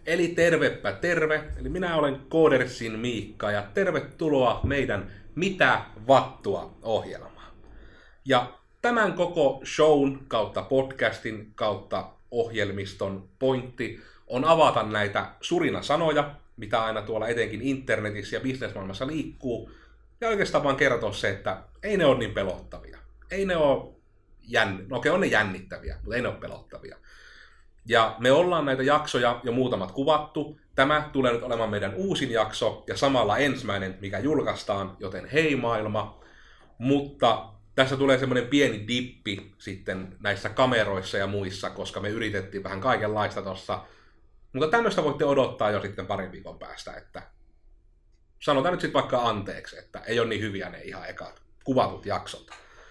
Eli tervepä terve, eli minä olen Codersin Miikka ja tervetuloa meidän Mitä vattua -ohjelmaan. Ja tämän koko shown kautta podcastin kautta ohjelmiston pointti on avata näitä surinasanoja, mitä aina tuolla etenkin internetissä ja bisnesmaailmassa liikkuu, ja oikeastaan vaan kertoa se, että ei ne ole niin pelottavia. Ei ne ole on ne jännittäviä, mutta ei ne ole pelottavia. Ja me ollaan näitä jaksoja jo muutamat kuvattu. Tämä tulee nyt olemaan meidän uusin jakso ja samalla ensimmäinen, mikä julkaistaan, joten hei maailma. Mutta tässä tulee semmoinen pieni dippi sitten näissä kameroissa ja muissa, koska me yritettiin vähän kaikenlaista tossa. Mutta tämmöistä voitte odottaa jo sitten parin viikon päästä, että sanotaan nyt sitten vaikka anteeksi, että ei ole niin hyviä ne ihan ekat kuvatut jaksot.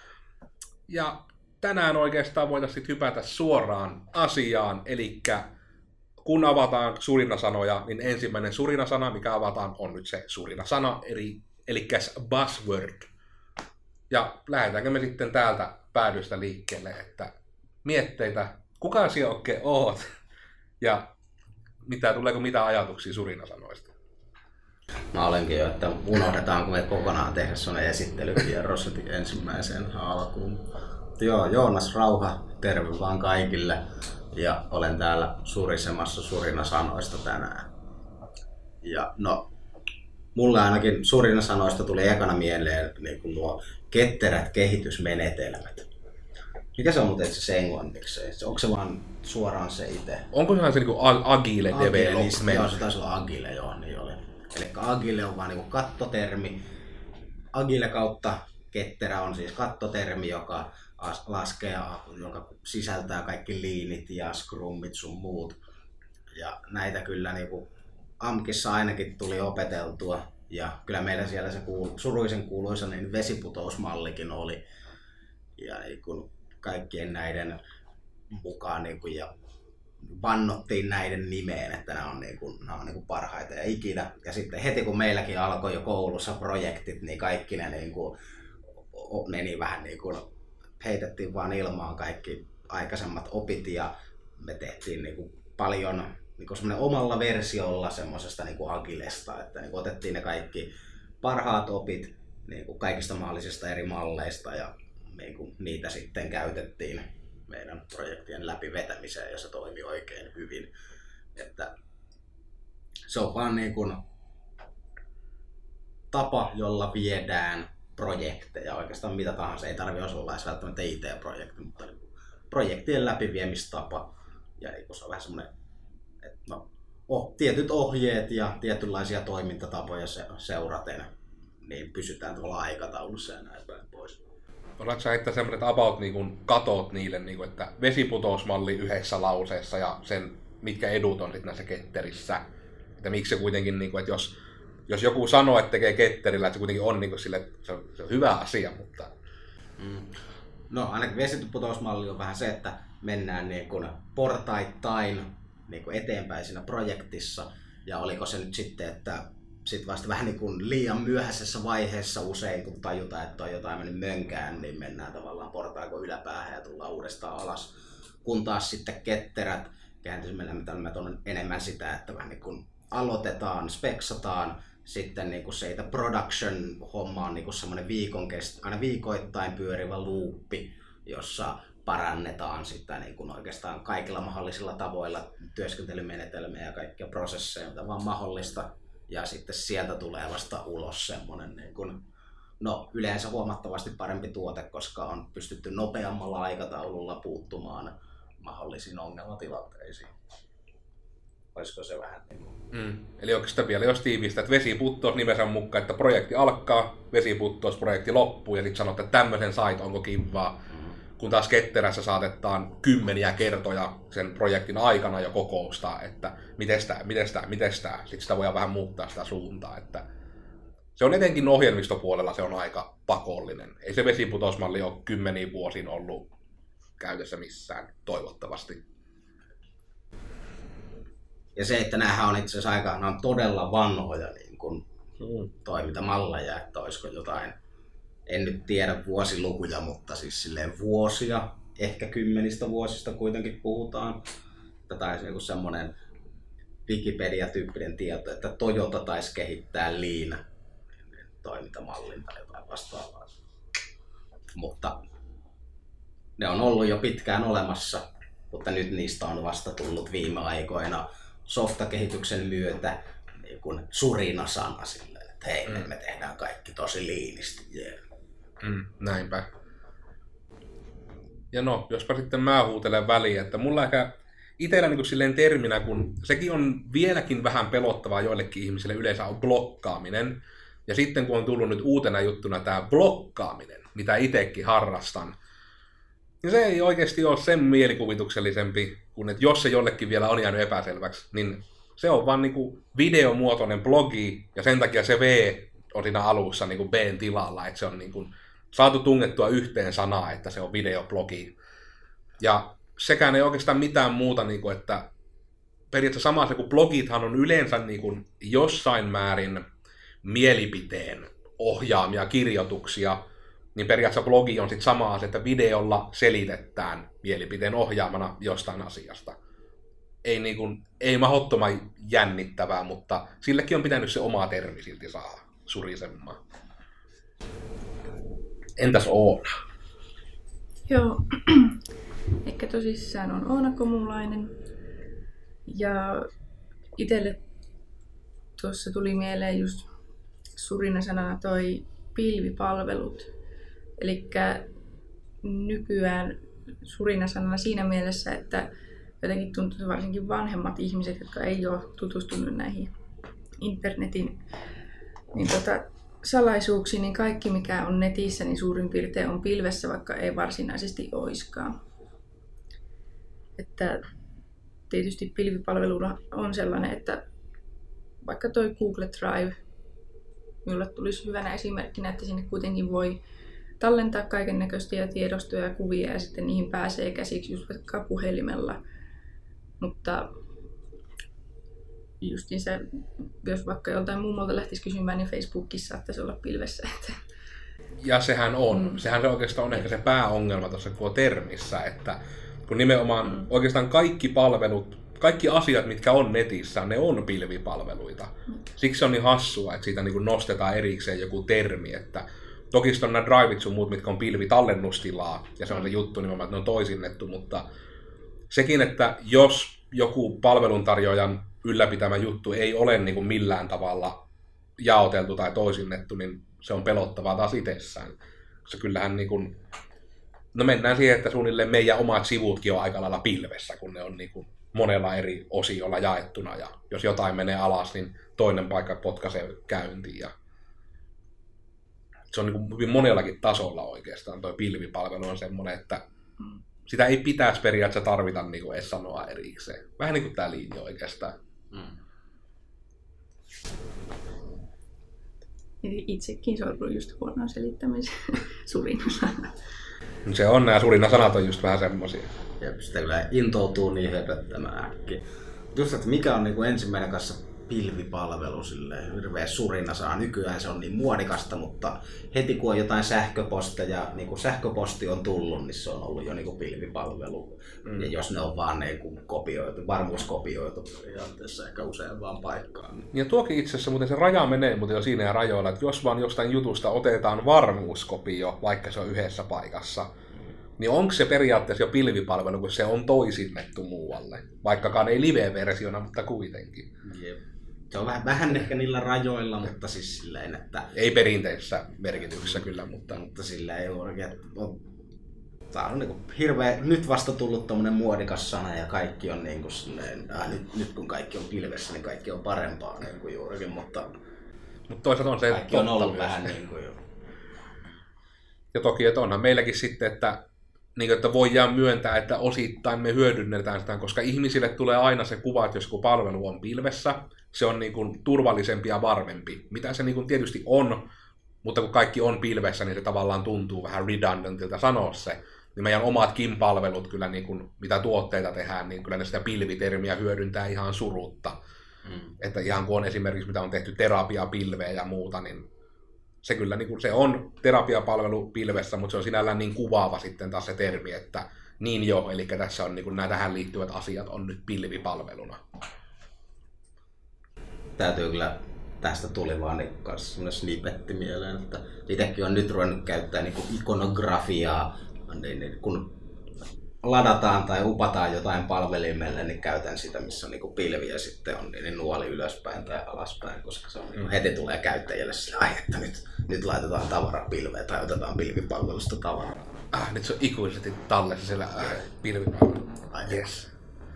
Ja tänään oikeastaan voitaisiin hypätä suoraan asiaan, eli kun avataan surinasanoja, niin ensimmäinen surinasana, mikä avataan, on nyt se surinasana, eli buzzword. Ja lähdetäänkö me sitten täältä päädystä liikkeelle, että mietteitä, kuka sinä oikein oot, ja tuleeko mitä ajatuksia surinasanoista? Mä olenkin jo, että unohdetaanko me kokonaan tehdä sellainen esittelykierros ensimmäiseen alkuun. Joo, Joonas Rauha, terve vaan kaikille. Ja olen täällä surisemassa surinasanoista tänään. Ja no, mulle ainakin surinasanoista tuli ekana mieleen niin kuin nuo ketterät kehitysmenetelmät. Mikä se on muuten se englanniksi? Onko se vaan suoraan se itse? Onkohan se niin agile development? Joo, se taisi olla agile, joo, niin oli. Eli agile on vaan niin kuin kattotermi. Agile kautta ketterä on siis kattotermi, joka laskee, joka sisältää kaikki liinit ja scrummit sun muut. Ja näitä kyllä niin kuin AMKissa ainakin tuli opeteltua. Ja kyllä meillä siellä se suruisen kuuluisa niin vesiputousmallikin oli. Ja niin kuin kaikkien näiden mukaan niin kuin, ja vannottiin näiden nimeen, että nämä on niin kuin parhaita ja ikinä. Ja sitten heti kun meilläkin alkoi jo koulussa projektit, niin kaikki ne niin kuin meni vähän niin kuin heitettiin vaan ilmaan kaikki aikaisemmat opit ja me tehtiin niin kuin paljon niin kuin semmoinen omalla versiolla semmoisesta niin kuin agilesta, että niin kuin otettiin ne kaikki parhaat opit niin kuin kaikista mahdollisista eri malleista ja niin kuin niitä sitten käytettiin meidän projektien läpivetämiseen ja se toimi oikein hyvin. Että se on vaan niin kuin tapa, jolla viedään projekteja, oikeastaan mitä tahansa, ei tarvitse olla edes välttämättä IT-projekti, mutta niin projektien läpiviemistapa ja se on vähän semmoinen, että tietyt ohjeet ja tietynlaisia toimintatapoja seuraten, niin pysytään tuolla aikataulussa ja näin päin pois. Osaatko sä heittää semmoinen, että about niin katot niille, niin kuin, että vesiputousmalli yhdessä lauseessa ja sen, mitkä edut on sitten näissä ketterissä, että miksi se kuitenkin, niin kuin, että jos joku sanoo, että tekee ketterillä, että se kuitenkin on niin kuin sille, se on hyvä asia, mutta... No ainakin vesiputousmalli on vähän se, että mennään niin kuin portaittain niin kuin eteenpäin siinä projektissa. Ja oliko se nyt sitten, että sit vasta vähän niin kuin liian myöhäisessä vaiheessa usein, kun tajutaan, että on jotain mennyt mönkään, niin mennään tavallaan portaiko yläpäähän ja tullaan uudestaan alas. Kun taas sitten ketterät kehitysmenetelmät on enemmän sitä, että vähän niin kuin aloitetaan, speksataan, sitten niinku siitä production-homma on niinku semmoinen aina viikoittain pyörivä luuppi, jossa parannetaan sitä niinku oikeastaan kaikilla mahdollisilla tavoilla työskentelymenetelmiä ja kaikkia prosesseja, mitä vaan mahdollista. Ja sitten sieltä tulee vasta ulos semmoinen niinku, yleensä huomattavasti parempi tuote, koska on pystytty nopeammalla aikataululla puuttumaan mahdollisiin ongelmatilanteisiin. Olisiko se vähän niin kuin... Eli oikeastaan vielä jos tiivistä, että vesiputtous nimensä mukaan, että projekti alkaa, vesiputtous, projekti loppuu ja sitten sanot, että tämmöisen sait, onko kivaa. Kun taas ketterässä saatetaan kymmeniä kertoja sen projektin aikana jo kokoustaa, että miten tää. Sitten sitä voidaan vähän muuttaa sitä suuntaa. Että se on etenkin ohjelmistopuolella se on aika pakollinen. Ei se vesiputousmalli ole kymmeniä vuosin ollut käytössä missään, toivottavasti. Ja se, että näähän on itse asiassa nämä on todella vanhoja niin kuin toimintamalleja, että olisiko jotain, en nyt tiedä vuosilukuja, mutta siis silleen vuosia, ehkä 10 vuosista kuitenkin puhutaan. Että taisi semmoinen Wikipedia-tyyppinen tieto, että Toyota taisi kehittää Lean-toimintamallin tai jotain vastaavaa. Mutta ne on ollut jo pitkään olemassa, mutta nyt niistä on vasta tullut viime aikoina softakehityksen myötä niin kuin surina-sana silleen, että hei, me tehdään kaikki tosi liinisti. Yeah. Näinpä. Ja no, jospa sitten mä huutelen väliin, että mulla ehkä itsellä niin kuin silleen terminä, kun sekin on vieläkin vähän pelottavaa joillekin ihmisille, yleensä on blokkaaminen. Ja sitten kun on tullut nyt uutena juttuna tämä blokkaaminen, mitä itsekin harrastan, niin se ei oikeasti ole sen mielikuvituksellisempi, kuin että jos se jollekin vielä on jäänyt epäselväksi, niin se on vaan niinku videomuotoinen blogi, ja sen takia se V on siinä alussa niinku B:n tilalla, että se on niinku saatu tungettua yhteen sanaa, että se on videoblogi. Ja sekään ei oikeastaan mitään muuta, niinku, että periaatteessa sama se, kun blogithan on yleensä niinku jossain määrin mielipiteen ohjaamia kirjoituksia, niin periaatteessa blogi on sitten sama asia, että videolla selitetään mielipiteen ohjaamana jostain asiasta. Ei mahdottoman jännittävää, mutta sillekin on pitänyt se oma termi silti saada surisemaan. Entäs Oona? Joo, ehkä tosissaan on Oona Komulainen. Ja itselle tuossa tuli mieleen just surinasanana toi pilvipalvelut. Elikkä nykyään surinasanana siinä mielessä, että jotenkin tuntuu varsinkin vanhemmat ihmiset, jotka ei ole tutustunut näihin internetin salaisuuksiin, niin kaikki mikä on netissä, niin suurin piirtein on pilvessä, vaikka ei varsinaisesti oiskaan. Että tietysti pilvipalveluna on sellainen, että vaikka toi Google Drive, minulle tulisi hyvänä esimerkkinä, että sinne kuitenkin voi tallentaa kaiken näköisiä tiedostoja ja kuvia ja sitten niihin pääsee käsiksi just vaikka puhelimella. Mutta justiinsa, jos vaikka joltain mummolta lähtisi kysymään, niin Facebookissa saattaisi olla pilvessä. Ja sehän on. Sehän se oikeastaan on ehkä se pääongelma tuossa koko termissä, että kun nimenomaan oikeastaan kaikki palvelut, kaikki asiat, mitkä on netissä, ne on pilvipalveluita. Siksi on niin hassua, että siitä niin nostetaan erikseen joku termi, että toki on nämä driveit sun muut, mitkä on pilvitallennustilaa, ja se on se juttu nimenomaan, että ne on toisinnettu, mutta sekin, että jos joku palveluntarjoajan ylläpitämä juttu ei ole niin kuin millään tavalla jaoteltu tai toisinnettu, niin se on pelottavaa taas itsessään. Koska kyllähän niin kuin, no mennään siihen, että suunnilleen meidän omat sivutkin on aika lailla pilvessä, kun ne on niin kuin monella eri osiolla jaettuna, ja jos jotain menee alas, niin toinen paikka potkaisee käyntiin. Ja se on niin kuin hyvin monellakin tasolla oikeastaan. Tuo pilvipalvelu on semmoinen, että sitä ei pitäisi periaatteessa tarvita niin kuin edes sanoa erikseen. Vähän niin kuin tämä linja oikeastaan. Itsekin sorrun just huonoon selittämiseen surinasana. Se on, nämä surinasanat on just vähän semmosia. Ja sitä kyllä intoutuu niin höpöttämään äkkiä. Just, että mikä on niin kuin ensimmäinen kanssa pilvipalvelu, silleen hirveä surinasana. Nykyään se on niin muodikasta, mutta heti kun on jotain sähköposteja, niin kuin sähköposti on tullut, niin se on ollut jo niin kuin pilvipalvelu. Ja jos ne on vaan niin kuin kopioitu, varmuuskopioitu periaatteessa ehkä useampaan paikkaan. Ja tuokin itse asiassa muuten se raja menee muuten jo siinä ja rajoilla, että jos vaan jostain jutusta otetaan varmuuskopio, vaikka se on yhdessä paikassa, niin onko se periaatteessa jo pilvipalvelu, kun se on toisinnettu muualle? Vaikkakaan ei live-versiona, mutta kuitenkin. Jep. Se on vähän ehkä niillä rajoilla, mutta siis silleen, että... Ei perinteisessä merkityksessä kyllä, mutta sillä ei juurikin, että tää on niinku hirveä, nyt vasta tullut tommonen muodikas sana ja kaikki on niinku silleen, nyt kun kaikki on pilvessä, niin kaikki on parempaa niinku juurikin, mutta toisaalta on se kaikki on ollut vähän niinku jo. Ja toki, että onhan meilläkin sitten, että voidaan myöntää, että osittain me hyödynnetään sitä, koska ihmisille tulee aina se kuva, että jos joku palvelu on pilvessä, se on niin kuin turvallisempi ja varmempi. Mitä se niin kuin tietysti on, mutta kun kaikki on pilvessä, niin se tavallaan tuntuu vähän redundantilta sanoa se. Niin meidän omatkin palvelut, kyllä niin kuin, mitä tuotteita tehdään, niin kyllä ne sitä pilvitermiä hyödyntää ihan surutta. Että ihan kun on esimerkiksi, mitä on tehty terapiapilveä ja muuta, niin se kyllä niin kuin, se on terapiapalvelu pilvessä, mutta se on sinällään niin kuvaava sitten taas se termi, että niin jo, eli tässä on niin kuin, nämä tähän liittyvät asiat on nyt pilvipalveluna. täytyy kyllä, tästä tuli vaan niin kanssa semmoinen snippetti mieleen, että itsekin on nyt ruvennut käyttää niin ikonografiaa, niin kun ladataan tai upataan jotain palvelimelle, niin käytän sitä, missä on niin pilvi ja sitten on niin nuoli ylöspäin tai alaspäin, koska se on niin heti tulee käyttäjälle sille, että nyt laitetaan tavaraa pilveen tai otetaan pilvipalvelusta tavaraa. Nyt se on ikuisesti tallessa siellä pilvipalvelu. Yes.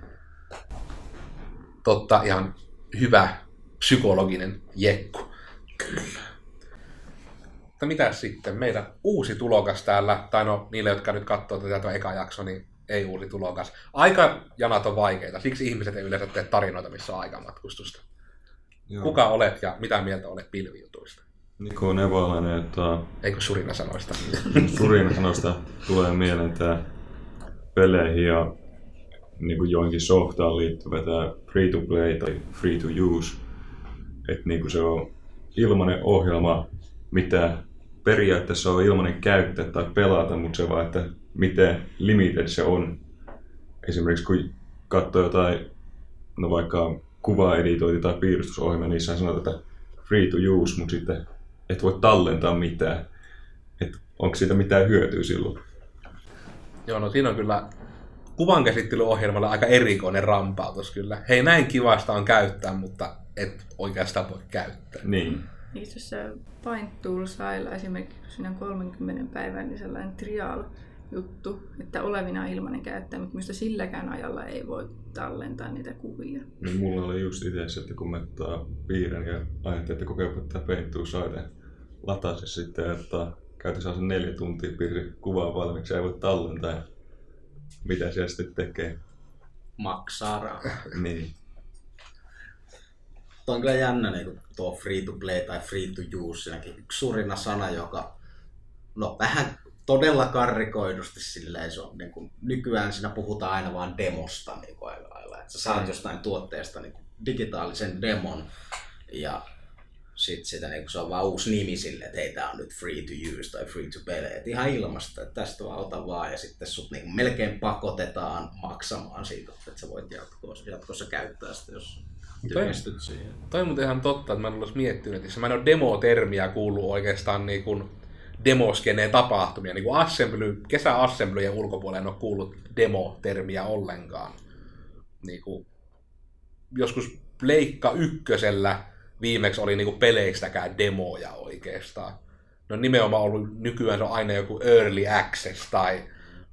Totta, ihan hyvä psykologinen jekku. Kyllä. Mutta mitäs sitten? Meidän uusi tulokas täällä, tai no niille, jotka nyt katsoo tätä eka jakso, niin ei uusi tulokas. Aikajanat on vaikeita, siksi ihmiset ei yleensä tee tarinoita, missä on aikamatkustusta. Joo. Kuka olet ja mitä mieltä olet pilvijutuista? Niko Nevalainen, että... Eikö Surinasanoista? Surinasanoista tulee mieleen tämä peleihin ja niin kuin johonkin softaan liittyvä tämä free to play tai free to use. Että niin kuin se on ilmainen ohjelma, mitä periaatteessa on ilmainen käyttää tai pelata, mutta se vaan, että miten limited se on. Esimerkiksi kun katsoo jotain, no vaikka kuvaeditointi- tai piirustusohjelma, niissä sanotaan, että free to use, mutta sitten et voi tallentaa mitään. Et onko siitä mitään hyötyä silloin? Joo, no siinä on kyllä kuvankäsittelyohjelmalle aika erikoinen rampautus kyllä. Hei, näin kivasta on käyttää, mutta et oikeastaan voi käyttää. Niin. Tuossa Paint Toolsilla esimerkiksi, kun siinä on 30 päivän, niin sellainen trial-juttu, että olevina ilmainen käyttäjä, mutta minusta silläkään ajalla ei voi tallentaa niitä kuvia. Niin mulla oli just itse, että kun mä piirrän ja ajattelin, että kokeilepa tätä Paint Toolsilla, lataa se sitten, että käytössä sen 4 tuntia piirri kuvaa valmiiksi, ei voi tallentaa. Mitä siellä sitten tekee? Maksaa rahaa. Niin. Tuo on kyllä jännä niin tuo free to play tai free to use. Siinäkin yksi surina sana, joka no vähän todella karrikoidusti silleen, se on, niin kuin, nykyään siinä puhutaan aina vaan demosta niin kuin aika lailla. Että sä saat jostain tuotteesta niin kuin digitaalisen demon ja sitten sitä, niin se on vaan uusi nimi sille, että hei, tää on nyt free to use tai free to play. Et ihan ilmasta, että tästä vaan ota vaan ja sitten sut niin melkein pakotetaan maksamaan siitä, että sä voit jatkossa käyttää sitä, jos tykästyt siihen. Toi on muuten ihan totta, että mä en olisi miettinyt, että mä en ole demo-termiä kuullut oikeastaan niin kuin demoskeneen tapahtumia. Niin kuin kesäassemblyjen ulkopuolella en ole kuullut demo-termiä ollenkaan. Niin kuin joskus Pleikka ykkösellä viimeksi oli niinku peleistäkään demoja oikeastaan. No nimenomaan ollut nykyään se on aina joku early access tai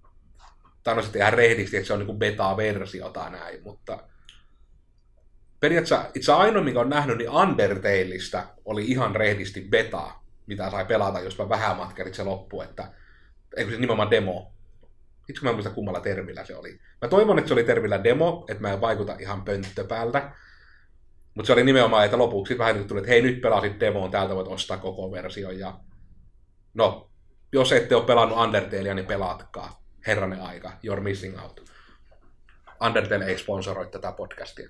no sitten ihan rehdisti, että se on niinku beta-versio tai näin, mutta periaatteessa itse ainoa, mikä on nähnyt, niin Undertaleista oli ihan rehdisti beta, mitä sai pelata, jos mä vähän matkerit se loppu, että eikö se nimenomaan demo. Itse mä en muista kummalla termillä se oli. Mä toivon, että se oli termillä demo, että mä en vaikuta ihan pönttöpäältä. Mutta se oli nimenomaan, että lopuksi vähän nyt tuli, että hei, nyt pelasit demoon, täältä voit ostaa koko version. Ja no, jos ette ole pelannut Undertalea, niin pelaatkaa. Herranen aika, you're missing out. Undertale ei sponsoroi tätä podcastia.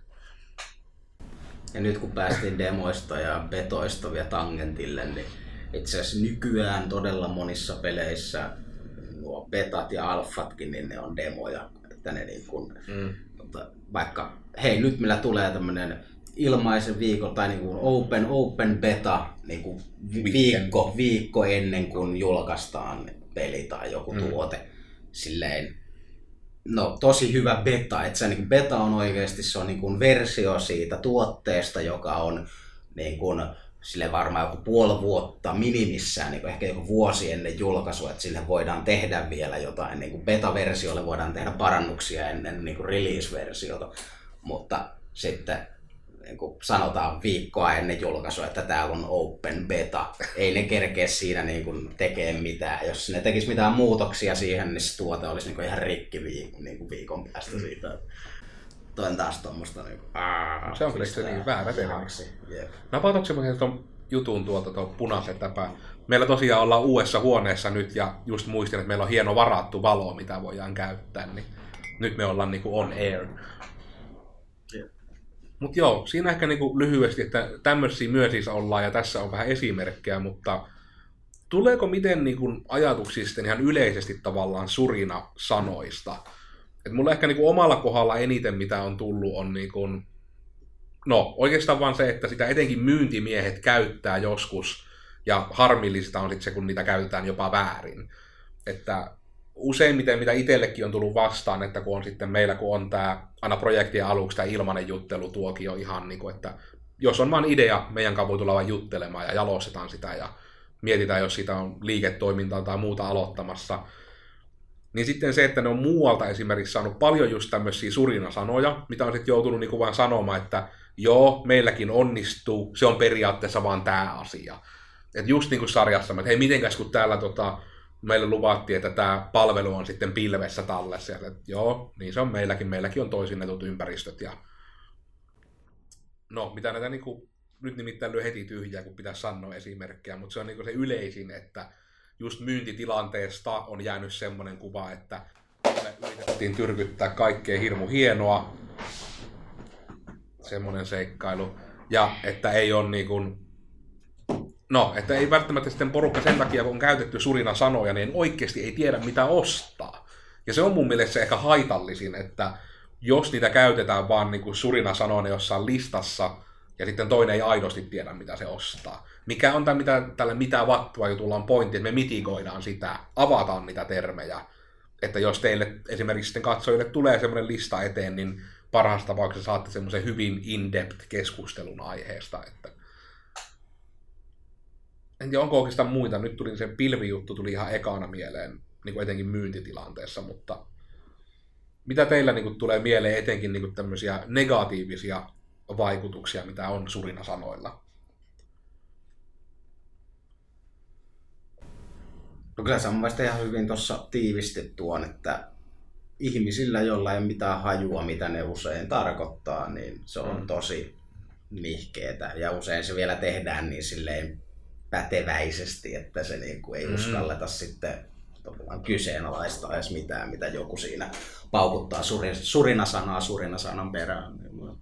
Ja nyt kun päästiin demoista ja betoista vielä tangentille, niin itse asiassa nykyään todella monissa peleissä nuo betat ja alfatkin, niin ne on demoja. Että ne niin kuin, vaikka, hei, nyt meillä tulee tämmönen ilmaisen viikon tai niin kuin open beta niin kuin viikko ennen kuin julkaistaan peli tai joku tuote. Silleen, no tosi hyvä beta, että se niin kuin beta on oikeasti se on niin kuin versio siitä tuotteesta, joka on niin kuin sille varmaan joku puoli vuotta minimissään, niin kuin ehkä joku vuosi ennen julkaisua, että sille voidaan tehdä vielä jotain, niin kuin beta-versiolle voidaan tehdä parannuksia ennen niin kuin release-versiota, mutta sitten niin kuin sanotaan viikkoa ennen julkaisua, että täällä on open beta. Ei ne kerkeä siinä niin kuin tekee mitään. Jos ne tekisi mitään muutoksia siihen, niin se tuote olisi niin kuin ihan rikki viikon päästä siitä. Toi on taas tommoista niin kuin, se on kyllä se niin väärä termiksi. Napautatko semmoisen tuon jutun tuolta punaisen täpää? Meillä tosiaan ollaan uudessa huoneessa nyt ja just muistin, että meillä on hieno varattu valo, mitä voidaan käyttää. Niin nyt me ollaan niin kuin on air. Mutta joo, siinä ehkä niinku lyhyesti, että tämmöisiä myös siis ollaan ja tässä on vähän esimerkkejä, mutta tuleeko miten niinku ajatuksista ihan yleisesti tavallaan surina sanoista? Et mulla ehkä niinku omalla kohdalla eniten mitä on tullut on niinku no oikeastaan vaan se, että sitä etenkin myyntimiehet käyttää joskus, ja harmillista on sitten se, kun niitä käytetään jopa väärin. Että useimmiten, mitä itsellekin on tullut vastaan, että kun on sitten meillä, kun on tämä aina projektien aluksi tämä ilmainen juttelutuokio ihan niin kuin, että jos on vaan idea, meidän kanssa voi tulla vain juttelemaan ja jalostetaan sitä ja mietitään, jos sitä on liiketoimintaa tai muuta aloittamassa. Niin sitten se, että ne on muualta esimerkiksi saanut paljon just tämmöisiä surinasanoja, mitä on sitten joutunut niin kuin vaan sanomaan, että joo, meilläkin onnistuu, se on periaatteessa vaan tämä asia. Että just niin kuin sarjassa, että hei, mitenkäs kun täällä meille luvattiin, että tämä palvelu on sitten pilvessä tallessa. Ja että joo, niin se on meilläkin on toisinnetut ympäristöt. Ja no, mitä näitä niinku, nyt nimittäin lyö heti tyhjää, kun pitäisi sanoa esimerkkejä, mutta se on niinku se yleisin, että just myyntitilanteesta on jäänyt semmoinen kuva, että yritettiin tyrkyttää kaikkea hirmu hienoa, semmoinen seikkailu, ja että ei ole niinku, no, että ei välttämättä sitten porukka sen takia, kun on käytetty surinasanoja, niin oikeasti ei tiedä mitä ostaa. Ja se on mun mielestä se ehkä haitallisin, että jos niitä käytetään vaan niin kuin surinasanoina jossain listassa, ja sitten toinen ei aidosti tiedä, mitä se ostaa. Mikä on tällä mitä vattua jutulla on pointti, että me mitigoidaan sitä, avataan niitä termejä. Että jos teille esimerkiksi sitten katsojille tulee semmoinen lista eteen, niin parhaassa tapauksessa saatte semmoisen hyvin in-depth keskustelun aiheesta. Että en tiedä, onko oikeastaan muita. Nyt tuli se pilvijuttu tuli ihan ekana mieleen, niin kuin etenkin myyntitilanteessa, mutta mitä teillä niin kuin tulee mieleen etenkin niin kuin tämmöisiä negatiivisia vaikutuksia, mitä on surinasanoilla? No kyllä sä mun mielestä ihan hyvin tuossa tiivistit tuon, että ihmisillä, joilla ei ole mitään hajua, mitä ne usein tarkoittaa, niin se on tosi nihkeetä. Ja usein se vielä tehdään niin silleen päteväisesti, että se niinku ei uskalleta sitten kyseenalaistaa edes mitään, mitä joku siinä paukuttaa surinasanaa surinasanan perään.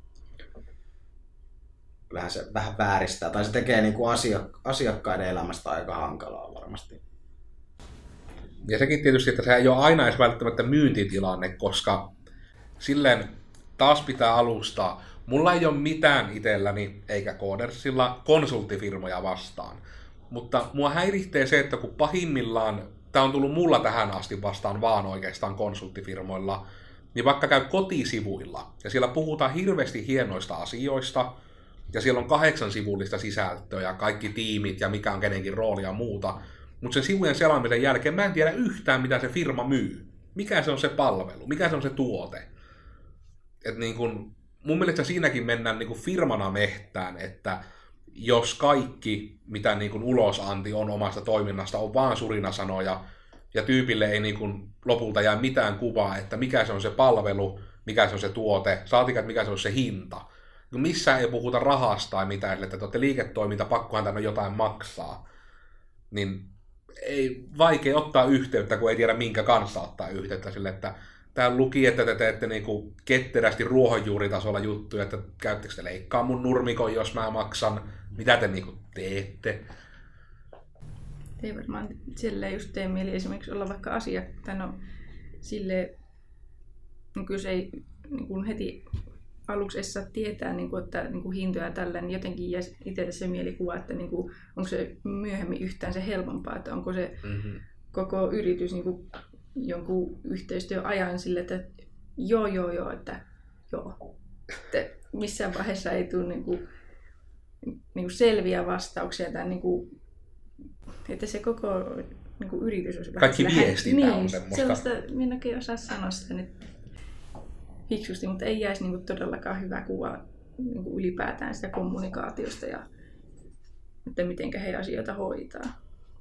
Kyllähän se vähän vääristää, tai se tekee niinku asiakkaiden elämästä aika hankalaa varmasti. Ja sekin tietysti, että se ei ole aina edes välttämättä myyntitilanne, koska silleen taas pitää alustaa. Mulla ei ole mitään itselläni, eikä Codersilla, konsulttifirmoja vastaan. Mutta mua häiritsee se, että kun pahimmillaan, tämä on tullut mulla tähän asti vastaan vaan oikeastaan konsulttifirmoilla, niin vaikka käy kotisivuilla, ja siellä puhutaan hirveästi hienoista asioista, ja siellä on 8-sivullista sisältöä, ja kaikki tiimit, ja mikä on kenenkin rooli ja muuta, mutta sen sivujen selaamisen jälkeen mä en tiedä yhtään, mitä se firma myy. Mikä se on se palvelu, mikä se on se tuote. Et niin kun, mun mielestä siinäkin mennään niin kun firmana mehtään, että jos kaikki, mitä niin kun ulosanti on omasta toiminnasta, on vaan surinasanoja, ja tyypille ei niin kun lopulta jää mitään kuvaa, että mikä se on se palvelu, mikä se on se tuote, saatika, mikä se on se hinta. Missään ei puhuta rahasta tai mitään, että te olette liiketoiminta, pakkohan tänne jotain maksaa. Niin ei vaikea ottaa yhteyttä, kun ei tiedä minkä kanssa ottaa yhteyttä sille, että täällä luki, että te teette niinku ketterästi ruohonjuuritasolla juttuja, että käyttekö te leikkaa mun nurmikon, jos mä maksan, mitä te niinku teette? Ei varmaan silleen just tee mieli esimerkiksi olla vaikka asiakkaana, no silleen, no kyllä se ei niin heti aluksi edes saa tietää, että hintoja tällä, niin jotenkin jää itselle se mielikuva, että onko se myöhemmin yhtään se helpompaa, että onko se koko yritys jonkun yhteistyön ajan sille, että joo, että joo. Että missään vaiheessa ei tule selviä vastauksia, tai että se koko yritys on kaikki viestintä on semmoista. Sellaista, minä en osaa sanoa sitä nyt fiksusti, mutta ei jäisi todellakaan hyvä kuva ylipäätään sitä kommunikaatiosta ja että miten he asioita hoitaa.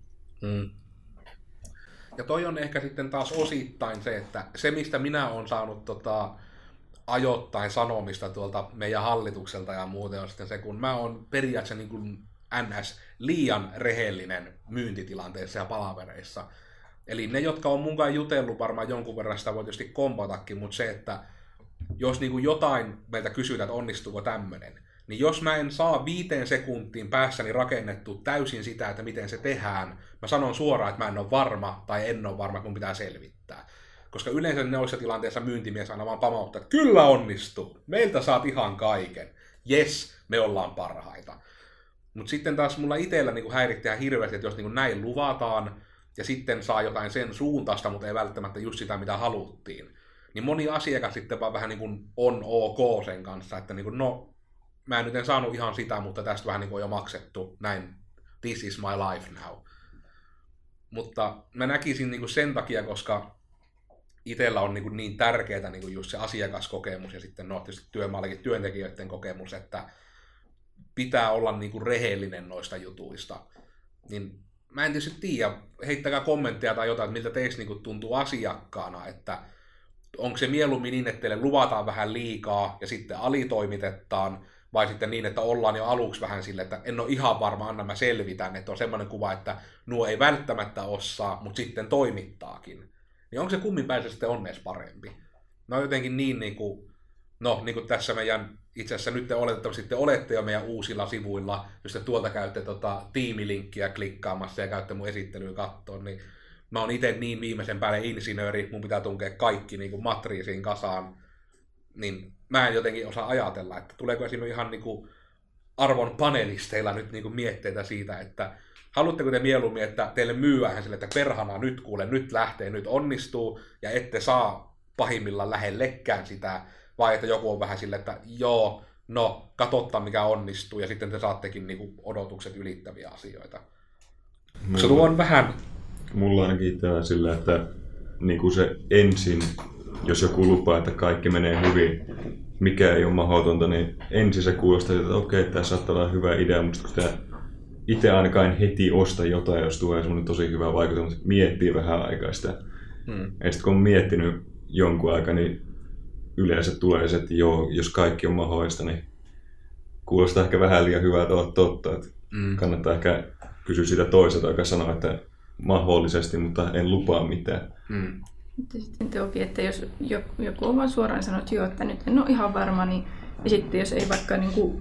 Ja toi on ehkä sitten taas osittain se, että se mistä minä olen saanut ajoittain sanomista tuolta meidän hallitukselta ja muuten on sitten se, kun mä oon periaatteessa niin kuin NS liian rehellinen myyntitilanteessa ja palavereissa. Eli ne, jotka on munkaan jutellut, varmaan jonkun verran sitä voi tietysti kompatakin, mutta se, että jos niin kuin jotain meiltä kysytään, että onnistuuko tämmöinen, niin jos mä en saa 5 sekuntiin päässäni rakennettu täysin sitä, että miten se tehdään, mä sanon suoraan, että mä en ole varma tai en ole varma, kun pitää selvittää. Koska yleensä noissa tilanteissa myyntimies aina vaan pamauttaa, että kyllä onnistuu, meiltä saat ihan kaiken. jes, me ollaan parhaita. Mutta sitten taas mulla itsellä niin häiritti ihan hirveästi, että jos niin näin luvataan, ja sitten saa jotain sen suuntaista, mutta ei välttämättä just sitä, mitä haluttiin. Niin moni asiakas sitten vaan vähän niin kuin on ok sen kanssa, että niin kuin, no, mä nyt en saanut ihan sitä, mutta tästä vähän niin kuin on jo maksettu, näin, this is my life now. Mutta mä näkisin niin kuin sen takia, koska itsellä on niin tärkeää niin just se asiakaskokemus ja sitten no, tietysti työmaallakin työntekijöiden kokemus, että pitää olla niin kuin rehellinen noista jutuista. Niin mä en tietysti tiedä, heittäkää kommentteja tai jotain, että miltä teistä niin kuin tuntuu asiakkaana, että onko se mieluummin niin, että teille luvataan vähän liikaa ja sitten alitoimitetaan, vai sitten niin, että ollaan jo aluksi vähän sille, että en ole ihan varma, anna mä selvitän, että on semmoinen kuva, että nuo ei välttämättä osaa, mutta sitten toimittaakin. Niin onko se kummin päin se sitten onneksi parempi? No jotenkin niin kuin, no niin kuin tässä meidän, itse asiassa nyt te oletettavasti te olette jo meidän uusilla sivuilla, jos te tuolta käytte tiimilinkkiä klikkaamassa ja käytte mun esittelyä kattoon, niin mä oon itse niin viimeisen päälle insinööri, mun pitää tunkea kaikki niin kuin matriisiin kasaan, niin mä en jotenkin osaa ajatella, että tuleeko esimerkiksi ihan niin kuin arvon panelisteilla nyt niin kuin mietteitä siitä, että haluatteko te mieluummin, että teille myyään sille, että perhana nyt kuule, nyt lähtee, nyt onnistuu, ja ette saa pahimmillaan lähellekään sitä, vai että joku on vähän sille, että joo, no, katsotaan mikä onnistuu, ja sitten te saattekin niin kuin odotukset ylittäviä asioita. Se tuo on vähän... Mulla ainakin itsellä sillä, että niin kuin se ensin, jos joku lupaa, että kaikki menee hyvin, mikä ei ole mahdotonta, niin ensin se kuulostaa, että okei, tämä saattaa olla hyvä idea, mutta kun sitä itse ainakaan en heti osta jotain, jos tulee semmoinen tosi hyvä vaikutus, mutta miettii vähän aikaa sitä. Ja sitten kun on miettinyt jonkun aikaa, niin yleensä tulee se, että joo, jos kaikki on mahdollista, niin kuulostaa ehkä vähän liian hyvältä olla totta. Että kannattaa ehkä kysyä sitä toiselta, joka sanoo, että mahdollisesti, mutta en lupaa mitään. Sitten toki, että jos joku on vaan suoraan sanonut, että joo, että nyt en ole ihan varma, niin ja sitten jos ei vaikka niin kuin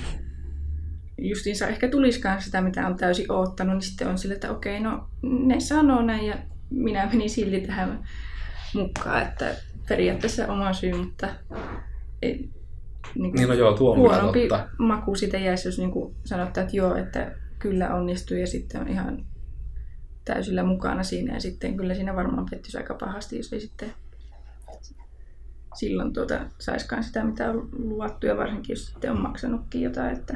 justiinsa ehkä tulisikaan sitä, mitä on täysin oottanut, niin sitten on sille, että okei, no ne sanoo näin ja minä menin silti tähän mukaan, että periaatteessa oma syy, mutta ei, niin no joo, tuo on huonompi maku siitä jäisi, jos niin kuin sanotaan, että joo, että kyllä onnistuu ja sitten on ihan täysillä mukana siinä ja sitten kyllä siinä varmaan pettyisi aika pahasti, jos ei sitten silloin saiskaan sitä, mitä on luvattu ja varsinkin, jos sitten on maksanutkin jotain. Että...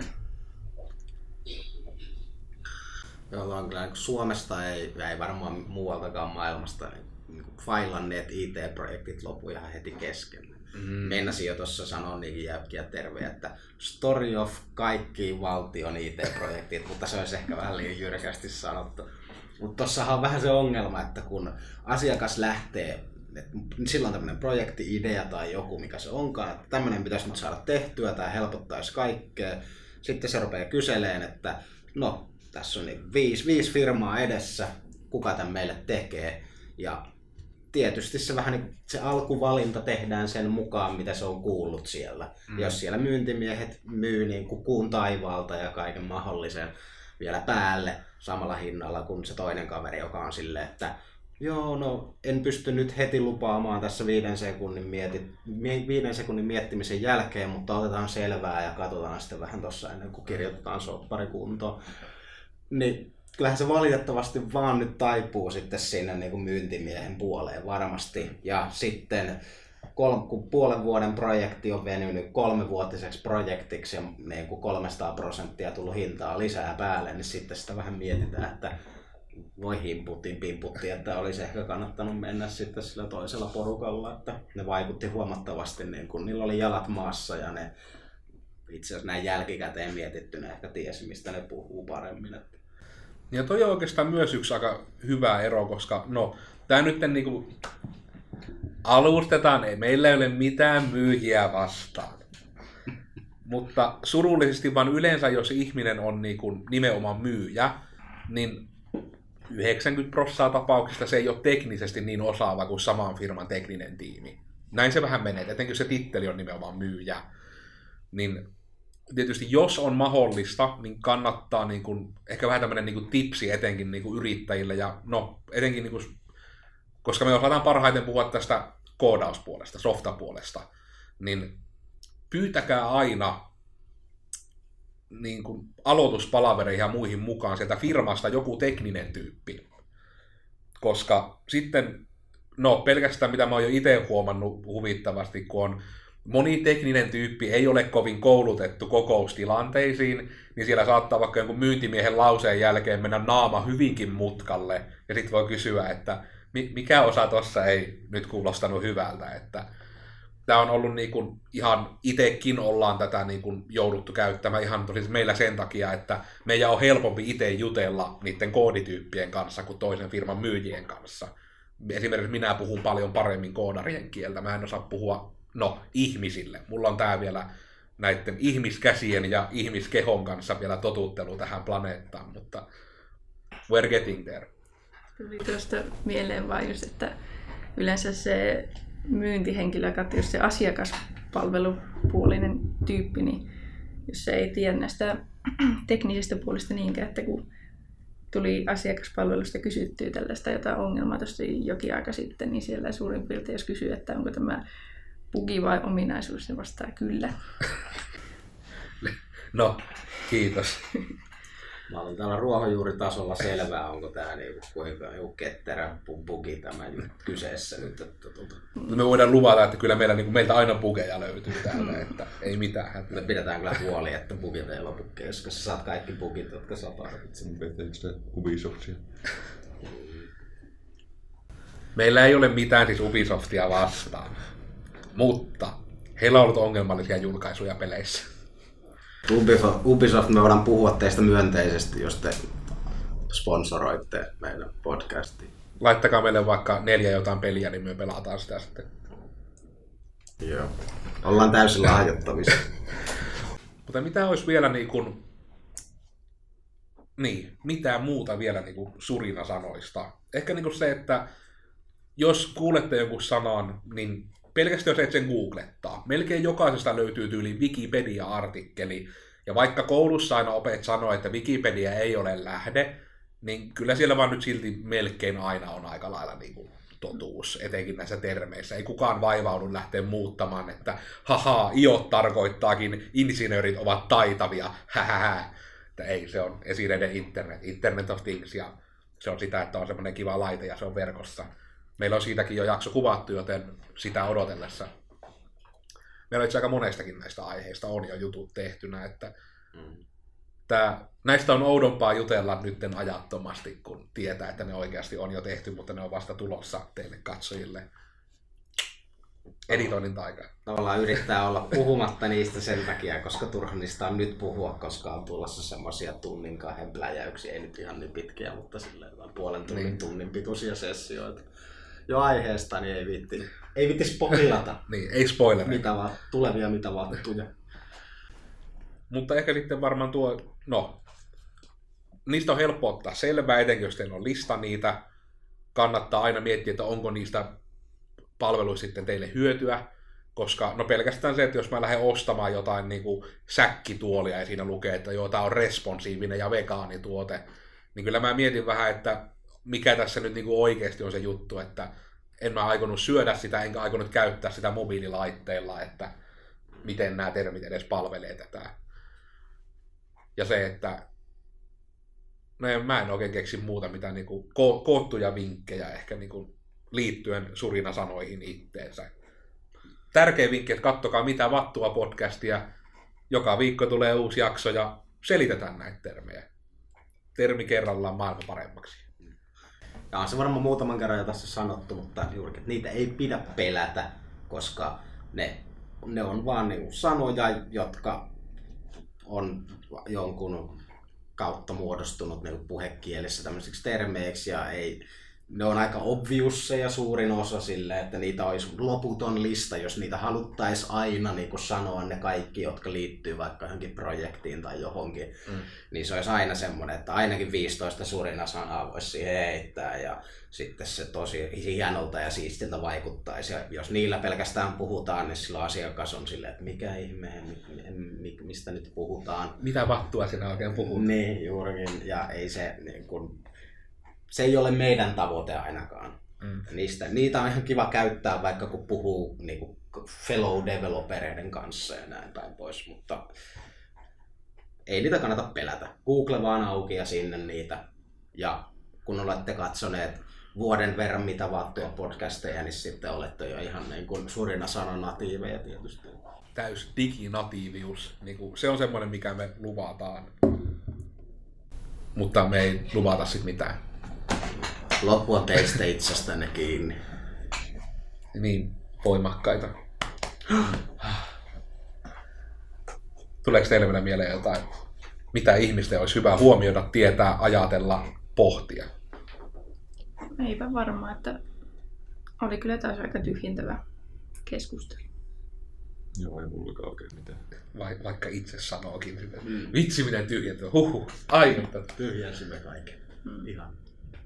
Joo, on kyllä Suomesta ei varmaan muualtakaan maailmasta niin failanneet IT-projektit lopu ihan heti kesken. Meinasin jo tuossa sanoa niinkin jäykkiä tervejä, että story of kaikki valtion IT-projektit, mutta se olisi ehkä vähän liian jyrkästi sanottu. Mutta tuossahan on vähän se ongelma, että kun asiakas lähtee, silloin tämmöinen projekti-idea tai joku, mikä se onkaan, että tämmöinen pitäisi nyt saada tehtyä tai helpottaisi kaikkea. Sitten se rupeaa kyseleen, että no, tässä on niin 5 firmaa edessä, kuka tämän meille tekee. Ja tietysti se vähän niin, se alkuvalinta tehdään sen mukaan, mitä se on kuullut siellä. Jos siellä myyntimiehet myy niin kuin kuun taivaalta ja kaiken mahdollisen vielä päälle samalla hinnalla kuin se toinen kaveri, joka on silleen, että joo, no en pysty nyt heti lupaamaan tässä 5 sekunnin miettimisen jälkeen, mutta otetaan selvää ja katsotaan sitten vähän tuossa ennen kuin kirjoitetaan soppari kuntoon. Niin kyllähän se valitettavasti vaan nyt taipuu sitten sinne niin kuin myyntimiehen puoleen varmasti. Ja sitten kun puolen vuoden projekti on venynyt 3-vuotiseksi projektiksi ja niin kuin 300% tullut hintaa lisää päälle, niin sitten sitä vähän mietitään, että voi pimputtiin, että olisi ehkä kannattanut mennä sitten sillä toisella porukalla, että ne vaikutti huomattavasti, niin kun niillä oli jalat maassa ja ne itse asiassa näin jälkikäteen mietittynä ehkä tiesi, mistä ne puhuu paremmin. Ja toi on oikeastaan myös yksi aika hyvä ero, koska no, tää nyt niinku alustetaan, ei meillä ei ole mitään myyjiä vastaan. Mutta surullisesti vaan yleensä, jos ihminen on niinku nimenomaan myyjä, niin 90% tapauksista se ei ole teknisesti niin osaava kuin saman firman tekninen tiimi. Näin se vähän menee, etenkin jos se titteli on nimenomaan myyjä. Niin tietysti jos on mahdollista, niin kannattaa niin kuin, ehkä vähän tämmöinen niin kuin tipsi etenkin niin kuin yrittäjille. Ja no, etenkin, niin kuin, koska me osataan parhaiten puhua tästä koodauspuolesta, softapuolesta, niin pyytäkää aina niin kuin aloituspalavereihin ja muihin mukaan sieltä firmasta joku tekninen tyyppi. Koska sitten, no pelkästään mitä mä oon jo itse huomannut huvittavasti, kun on moni tekninen tyyppi ei ole kovin koulutettu kokoustilanteisiin, niin siellä saattaa vaikka jonkun myyntimiehen lauseen jälkeen mennä naama hyvinkin mutkalle, ja sitten voi kysyä, että mikä osa tuossa ei nyt kuulostanut hyvältä, että tämä on ollut niin kuin ihan itsekin ollaan tätä niin kuin jouduttu käyttämään ihan meillä sen takia, että meidän on helpompi itse jutella niiden koodityyppien kanssa kuin toisen firman myyjien kanssa. Esimerkiksi minä puhun paljon paremmin koodarien kieltä, mä en osaa puhua ihmisille. Mulla on tää vielä näiden ihmiskäsien ja ihmiskehon kanssa vielä totuttelu tähän planeettaan, mutta we're getting there. Tuli tuosta mieleen vain just, että yleensä se myyntihenkilö, just se asiakaspalvelupuolinen tyyppi, niin jos se ei tiedä näistä teknisistä puolista niinkään, että kun tuli asiakaspalvelusta kysyttyä tällaista jotain ongelmaa tuossa jokin aika sitten, niin siellä suurin piirtein jos kysyy, että onko tämä bugi vai ominaisuus, se vastaa kyllä. No, kiitos. Mä olin täällä ruohonjuuritasolla selvää, onko tämä niinku kuinka ketterä bugi tämä kyseessä nyt. Me voidaan luvata, että kyllä meiltä aina bugeja löytyy täältä, että ei mitään. Me pidetään kyllä huoli, että bugit ei lopu kesken, sä saat kaikki bugit, jotka sä tarvitset. Vetääkö sitä Ubisoftia? Meillä ei ole mitään siis Ubisoftia vastaan, mutta heillä on ollut ongelmallisia julkaisuja peleissä. Ubisoft, me voidaan puhua teistä myönteisesti, jos te sponsoroitte meidän podcastiin. Laittakaa meille vaikka 4 jotain peliä, niin me pelataan sitä sitten. Joo. Ollaan täysin lahjoittavissa. Mutta mitä olisi vielä mitään muuta vielä surinasanoista? Ehkä se, että jos kuulette jonkun sanan, niin pelkästään jos et sen googlettaa. Melkein jokaisesta löytyy tyyli Wikipedia-artikkeli. Ja vaikka koulussa aina opet sanoo, että Wikipedia ei ole lähde, niin kyllä siellä vaan nyt silti melkein aina on aika lailla totuus, etenkin näissä termeissä. Ei kukaan vaivaudu lähteä muuttamaan, että haha, IOT tarkoittaakin, insinöörit ovat taitavia, hähähä. Että ei, se on esineiden Internet of Things, ja se on sitä, että on semmoinen kiva laite ja se on verkossa. Meillä on siitäkin jo jakso kuvattu, joten sitä odotellessa. Meillä on itse aika monestakin näistä aiheista on jo jutut tehtynä, että näistä on oudompaa jutella nytten ajattomasti, kun tietää, että ne oikeasti on jo tehty, mutta ne on vasta tulossa teille katsojille. Editoinnin taika. Tavallaan yrittää olla puhumatta niistä sen takia, koska turha niistä on nyt puhua, koska on tulossa semmosia 1-2 tunnin pläjäyksiä, ei nyt ihan niin pitkiä, mutta silleen tunnin pituisia sessioita. Jo aiheesta, niin ei viitti spoilata. Niin, ei spoilereita. Tulevia mitä vattuja. Mutta ehkä sitten varmaan niistä on helppo ottaa selvää, etenkin jos teillä on lista niitä. Kannattaa aina miettiä, että onko niistä palveluista sitten teille hyötyä. Koska pelkästään se, että jos mä lähden ostamaan jotain säkkituolia ja siinä lukee, että joo, tää on responsiivinen ja vegaanituote, niin kyllä mä mietin vähän, että mikä tässä nyt oikeasti on se juttu, että en mä aikonut syödä sitä, enkä aikonut käyttää sitä mobiililaitteella, että miten nämä termit edes palvelee tätä. Ja se, että mä en oikein keksi muuta mitään koottuja vinkkejä ehkä liittyen surinasanoihin itteensä. Tärkeä vinkki, että kattokaa mitä vattua podcastia. Joka viikko tulee uusi jakso ja selitetään näitä termejä. Termi kerrallaan maailman paremmaksi. Ja on se varmaan muutaman kerran jo tässä sanottu, mutta juurikin, että niitä ei pidä pelätä, koska ne on vaan sanoja, jotka on jonkun kautta muodostunut puhekielessä tämmöisiksi termeiksi ja ne on aika obviusseja suurin osa sille, että niitä olisi loputon lista, jos niitä haluttaisiin aina sanoa ne kaikki, jotka liittyy vaikka johonkin projektiin tai johonkin, niin se olisi aina semmoinen, että ainakin 15 surinasanaa voisi siihen heittää ja sitten se tosi hienolta ja siistiltä vaikuttaisi. Ja jos niillä pelkästään puhutaan, niin silloin asiakas on silleen, että mikä ihme, mistä nyt puhutaan. Mitä vattua sinä oikein puhut? Niin, juurikin. Ja ei se se ei ole meidän tavoite ainakaan. Niitä on ihan kiva käyttää, vaikka kun puhuu fellow developereiden kanssa ja näin päin pois, mutta ei niitä kannata pelätä. Google vaan auki ja sinne niitä. Ja kun olette katsoneet vuoden verran mitä vattua podcasteja, niin sitten olette jo ihan niin kuin suurina sananatiiveja tietysti. Täys diginatiivius. Niin kuin, se on semmoinen, mikä me luvataan. Mutta me ei luvata sit mitään. Loppu on teistä itsestänne kiinni. Niin voimakkaita. Tuleeko teille vielä mieleen jotain, mitä ihmisten olisi hyvä huomioida, tietää, ajatella, pohtia? Eipä varmaan, että oli kyllä taas aika tyhjentävä keskustelu. Joo, ei mullakaan oikein mitään. Vaikka itse sanookin sitä. Vitsi miten tyhjentävä. Huhhuh. Ai, Tyhjensimme kaiken. Ihan.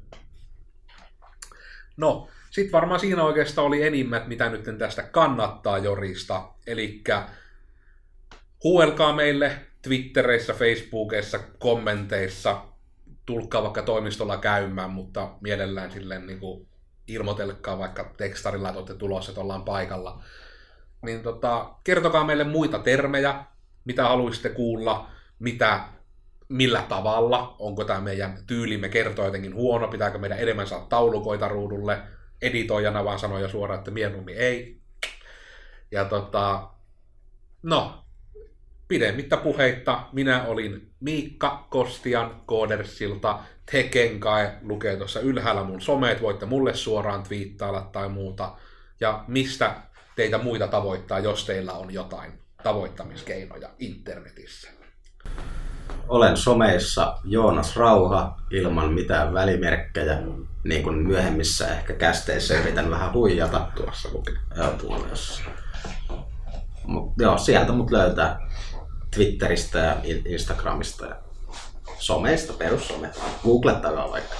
No, sit varmaan siinä oikeastaan oli enimmät, mitä nyt tästä kannattaa jorista. Elikkä huuelkaa meille Twitterissä, Facebookissa, kommenteissa. Tulkkaa vaikka toimistolla käymään, mutta mielellään silleen niin kuin ilmoitelkaa vaikka tekstarilla, että olette tulossa, että ollaan paikalla. Niin kertokaa meille muita termejä, mitä haluaisitte kuulla, millä tavalla, onko tämä meidän tyylimme kertoa jotenkin huono, pitääkö meidän enemmän saada taulukoita ruudulle, editoijana vaan sanoja suoraan, että mieluummin ei. Ja no, pidemmittä puheitta, minä olin Miikka Kostian Codersilta, Tekenkai lukee tuossa ylhäällä mun someet, voitte mulle suoraan twiittailla tai muuta, ja mistä teitä muita tavoittaa, jos teillä on jotain tavoittamiskeinoja internetissä. Olen someissa Joonas Rauha ilman mitään välimerkkejä, niin kuin myöhemmissä ehkä kästeissä yritän vähän huijata. Tuossa lukee. Joo, tuolla jossain. Joo, sieltä mut löytää Twitteristä ja Instagramista ja someista, perussomet. Googlettakaa vaikka.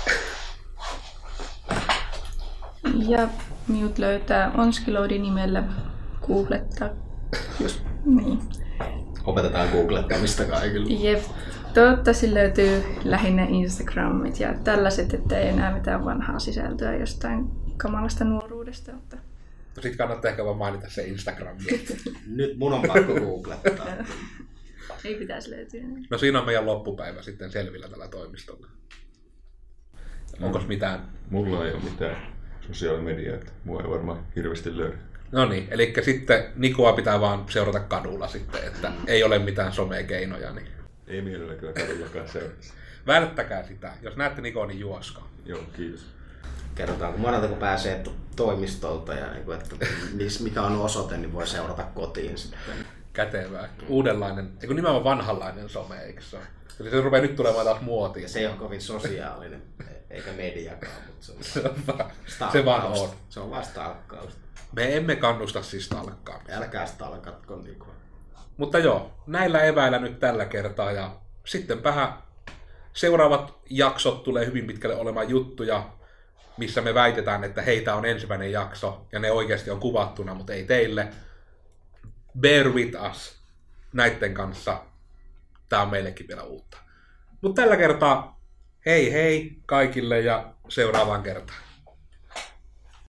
Ja minut löytää Onskiloidi nimellä googlettaa. Just niin. Opetetaan googlettamista kaikille. Jep. Toivottavasti löytyy lähinnä Instagramit ja tällaiset, ettei enää mitään vanhaa sisältöä jostain kamalasta nuoruudesta. Mutta... No sit kannattaa ehkä vaan mainita se Instagrami. Nyt mun on pakko googlettaa. Ei pitäisi löytyä. No siinä on meidän loppupäivä sitten selvillä tällä toimistolla. Onko mitään? Mulla ei ole mitään sosiaalimediaa, että mua ei varmaan hirveästi löydy. No niin, eli sitten Nikoa pitää vaan seurata kadulla sitten, että ei ole mitään somekeinoja. Niin... Ei mielellä kyllä kadullakaan seurata. Välttäkää sitä. Jos näette Nikoa, niin juoskaa. Joo, kiitos. Kerrotaan, kun monelta kun pääsee toimistolta ja niin kuin, että mikä on osoite, niin voi seurata kotiin sitten. Kätevää. Uudenlainen, eikö nimenomaan vanhanlainen some, eikö se ole? Eli se rupeaa nyt tulemaan taas muotiin. Ja se ei ole kovin sosiaalinen, eikä mediakaan, mutta se vaan on. Se on vaan stalkkausta. Me emme kannusta siis stalkkaamiseen. Älkää stalkatko Nikoa. Mutta joo, näillä eväillä nyt tällä kertaa ja sittenpähän seuraavat jaksot tulee hyvin pitkälle olemaan juttuja, missä me väitetään, että heitä on ensimmäinen jakso ja ne oikeasti on kuvattuna, mutta ei teille. Bear with us näitten kanssa. Tää on meillekin vielä uutta. Mutta tällä kertaa hei hei kaikille ja seuraavaan kertaan.